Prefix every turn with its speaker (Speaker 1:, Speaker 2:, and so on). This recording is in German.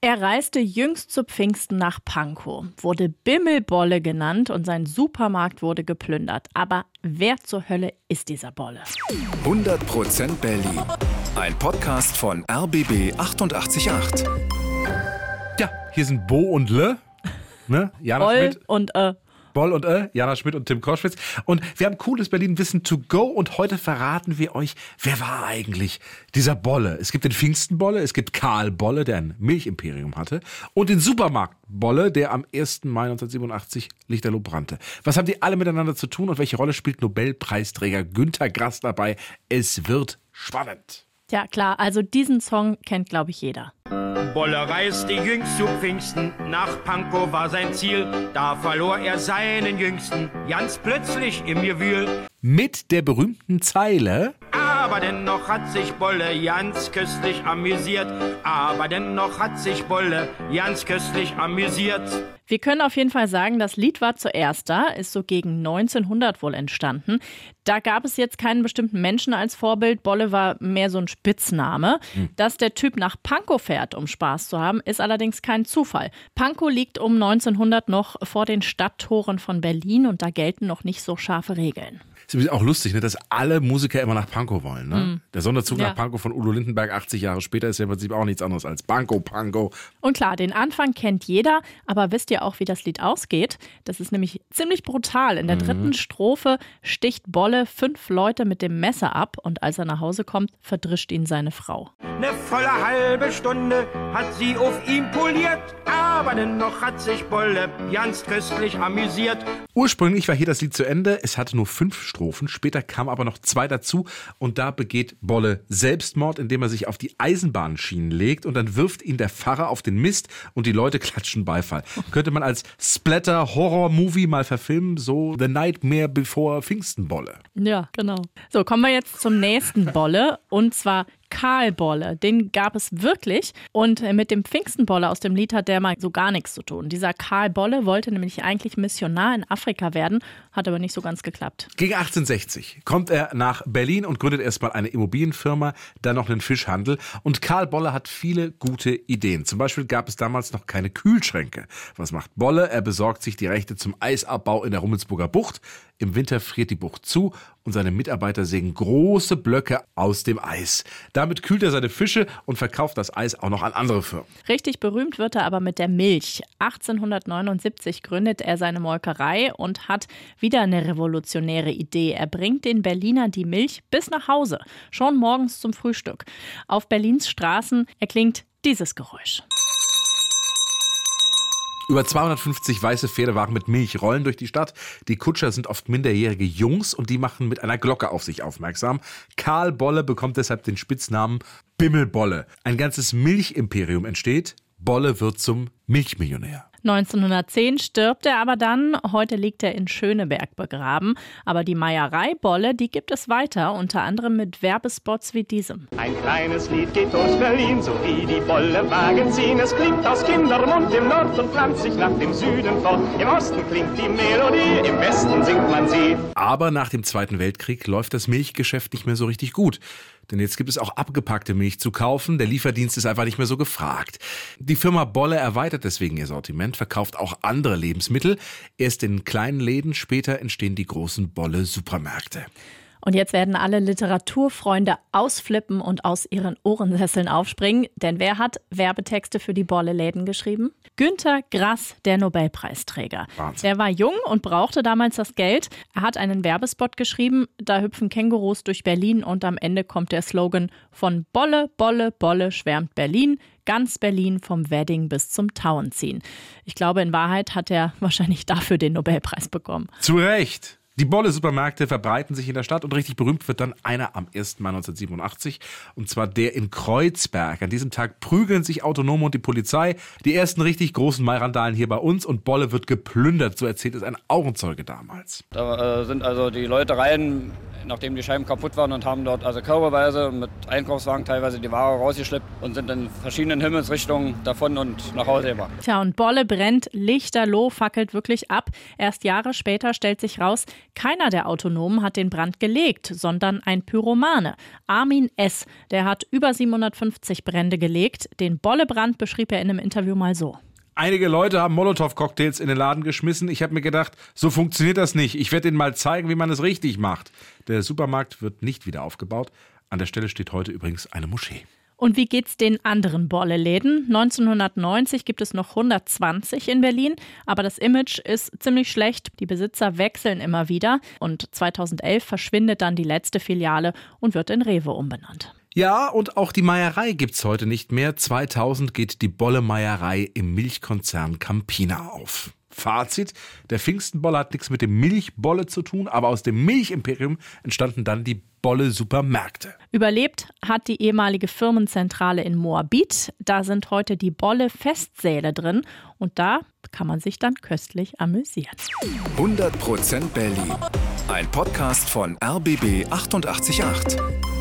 Speaker 1: Er reiste jüngst zu Pfingsten nach Pankow, wurde Bimmelbolle genannt und sein Supermarkt wurde geplündert. Aber wer zur Hölle ist dieser Bolle?
Speaker 2: 100% Berlin. Ein Podcast von RBB 888.
Speaker 3: Ja, hier sind Bo und Le. Ne? Jana
Speaker 1: Boll
Speaker 3: Schmidt.
Speaker 1: und
Speaker 3: Boll und Jana Schmidt und Tim Koschwitz. Und wir haben cooles Berlin-Wissen to go und heute verraten wir euch, wer war eigentlich dieser Bolle? Es gibt den Pfingstenbolle, es gibt Karl Bolle, der ein Milchimperium hatte und den Supermarktbolle, der am 1. Mai 1987 lichterloh brannte. Was haben die alle miteinander zu tun und welche Rolle spielt Nobelpreisträger Günter Grass dabei? Es wird spannend.
Speaker 1: Ja klar, also diesen Song kennt glaube ich jeder.
Speaker 4: Bolle reiste jüngst zu Pfingsten, nach Pankow war sein Ziel. Da verlor er seinen Jüngsten, ganz plötzlich im Gewühl.
Speaker 3: Mit der berühmten Zeile:
Speaker 4: Aber dennoch hat sich Bolle ganz köstlich amüsiert. Aber dennoch hat sich Bolle ganz köstlich amüsiert.
Speaker 1: Wir können auf jeden Fall sagen, das Lied war zuerst da, ist so gegen 1900 wohl entstanden. Da gab es jetzt keinen bestimmten Menschen als Vorbild. Bolle war mehr so ein Spitzname. Dass der Typ nach Pankow fährt, um Spaß zu haben, ist allerdings kein Zufall. Pankow liegt um 1900 noch vor den Stadttoren von Berlin und da gelten noch nicht so scharfe Regeln.
Speaker 3: Ist übrigens auch lustig, ne, dass alle Musiker immer nach Pankow wollen. Ne? Der Sonderzug nach Pankow von Udo Lindenberg 80 Jahre später ist ja im Prinzip auch nichts anderes als Pankow.
Speaker 1: Und klar, den Anfang kennt jeder, aber wisst ihr auch, wie das Lied ausgeht? Das ist nämlich ziemlich brutal. In der dritten Strophe sticht Bolle 5 Leute mit dem Messer ab und als er nach Hause kommt, verdrischt ihn seine Frau.
Speaker 4: Eine volle halbe Stunde hat sie auf ihm poliert. Aber dennoch hat sich Bolle ganz köstlich amüsiert.
Speaker 3: Ursprünglich war hier das Lied zu Ende. Es hatte nur 5 Strophen. Später kamen aber noch 2 dazu. Und da begeht Bolle Selbstmord, indem er sich auf die Eisenbahnschienen legt. Und dann wirft ihn der Pfarrer auf den Mist und die Leute klatschen Beifall. Könnte man als Splatter-Horror-Movie mal verfilmen. So The Nightmare Before Pfingstenbolle.
Speaker 1: Ja, genau. So, kommen wir jetzt zum nächsten Bolle und zwar Karl Bolle, den gab es wirklich und mit dem Pfingstenbolle aus dem Lied hat der mal so gar nichts zu tun. Dieser Karl Bolle wollte nämlich eigentlich Missionar in Afrika werden, hat aber nicht so ganz geklappt.
Speaker 3: Gegen 1860 kommt er nach Berlin und gründet erstmal eine Immobilienfirma, dann noch einen Fischhandel und Karl Bolle hat viele gute Ideen. Zum Beispiel gab es damals noch keine Kühlschränke. Was macht Bolle? Er besorgt sich die Rechte zum Eisabbau in der Rummelsburger Bucht. Im Winter friert die Bucht zu und seine Mitarbeiter sägen große Blöcke aus dem Eis. Damit kühlt er seine Fische und verkauft das Eis auch noch an andere Firmen.
Speaker 1: Richtig berühmt wird er aber mit der Milch. 1879 gründet er seine Molkerei und hat wieder eine revolutionäre Idee. Er bringt den Berlinern die Milch bis nach Hause, schon morgens zum Frühstück. Auf Berlins Straßen erklingt dieses Geräusch.
Speaker 3: Über 250 weiße Pferdewagen mit Milch rollen durch die Stadt. Die Kutscher sind oft minderjährige Jungs und die machen mit einer Glocke auf sich aufmerksam. Karl Bolle bekommt deshalb den Spitznamen Bimmelbolle. Ein ganzes Milchimperium entsteht. Bolle wird zum Milchmillionär.
Speaker 1: 1910 stirbt er aber dann. Heute liegt er in Schöneberg begraben. Aber die Meierei Bolle, die gibt es weiter, unter anderem mit Werbespots wie diesem.
Speaker 5: Ein kleines Lied geht durch Berlin, so wie die Bollewagen ziehen. Es klingt aus Kindermund im Nord und pflanzt sich nach dem Süden fort. Im Osten klingt die Melodie, im Westen singt man sie.
Speaker 3: Aber nach dem Zweiten Weltkrieg läuft das Milchgeschäft nicht mehr so richtig gut. Denn jetzt gibt es auch abgepackte Milch zu kaufen. Der Lieferdienst ist einfach nicht mehr so gefragt. Die Firma Bolle erweitert deswegen ihr Sortiment, verkauft auch andere Lebensmittel. Erst in kleinen Läden, später entstehen die großen Bolle-Supermärkte.
Speaker 1: Und jetzt werden alle Literaturfreunde ausflippen und aus ihren Ohrensesseln aufspringen. Denn wer hat Werbetexte für die Bolle-Läden geschrieben? Günter Grass, der Nobelpreisträger.
Speaker 3: Wahnsinn.
Speaker 1: Der war jung und brauchte damals das Geld. Er hat einen Werbespot geschrieben, da hüpfen Kängurus durch Berlin und am Ende kommt der Slogan: Von Bolle, Bolle, Bolle schwärmt Berlin. Ganz Berlin vom Wedding bis zum Tauenziehen. Ich glaube, in Wahrheit hat er wahrscheinlich dafür den Nobelpreis bekommen.
Speaker 3: Zu Recht. Die Bolle-Supermärkte verbreiten sich in der Stadt und richtig berühmt wird dann einer am 1. Mai 1987 und zwar der in Kreuzberg. An diesem Tag prügeln sich Autonome und die Polizei. Die ersten richtig großen Mai-Randalen hier bei uns und Bolle wird geplündert, so erzählt es ein Augenzeuge damals.
Speaker 6: Da sind also die Leute rein, nachdem die Scheiben kaputt waren und haben dort also körperweise mit Einkaufswagen teilweise die Ware rausgeschleppt und sind in verschiedenen Himmelsrichtungen davon und nach Hause gebracht.
Speaker 1: Tja, und Bolle brennt lichterloh, fackelt wirklich ab. Erst Jahre später stellt sich raus, Keiner der Autonomen hat den Brand gelegt, sondern ein Pyromane. Armin S., der hat über 750 Brände gelegt. Den Bolle-Brand beschrieb er in einem Interview mal so.
Speaker 3: Einige Leute haben Molotow-Cocktails in den Laden geschmissen. Ich habe mir gedacht, so funktioniert das nicht. Ich werde Ihnen mal zeigen, wie man es richtig macht. Der Supermarkt wird nicht wieder aufgebaut. An der Stelle steht heute übrigens eine Moschee.
Speaker 1: Und wie geht's den anderen Bolle-Läden? 1990 gibt es noch 120 in Berlin, aber das Image ist ziemlich schlecht. Die Besitzer wechseln immer wieder und 2011 verschwindet dann die letzte Filiale und wird in Rewe umbenannt.
Speaker 3: Ja, und auch die Meierei gibt's heute nicht mehr. 2000 geht die Bolle-Meierei im Milchkonzern Campina auf. Fazit, der Pfingstenbolle hat nichts mit dem Milchbolle zu tun, aber aus dem Milchimperium entstanden dann die Bolle-Supermärkte.
Speaker 1: Überlebt hat die ehemalige Firmenzentrale in Moabit. Da sind heute die Bolle-Festsäle drin und da kann man sich dann köstlich amüsieren.
Speaker 2: 100% Berlin. Ein Podcast von RBB 888.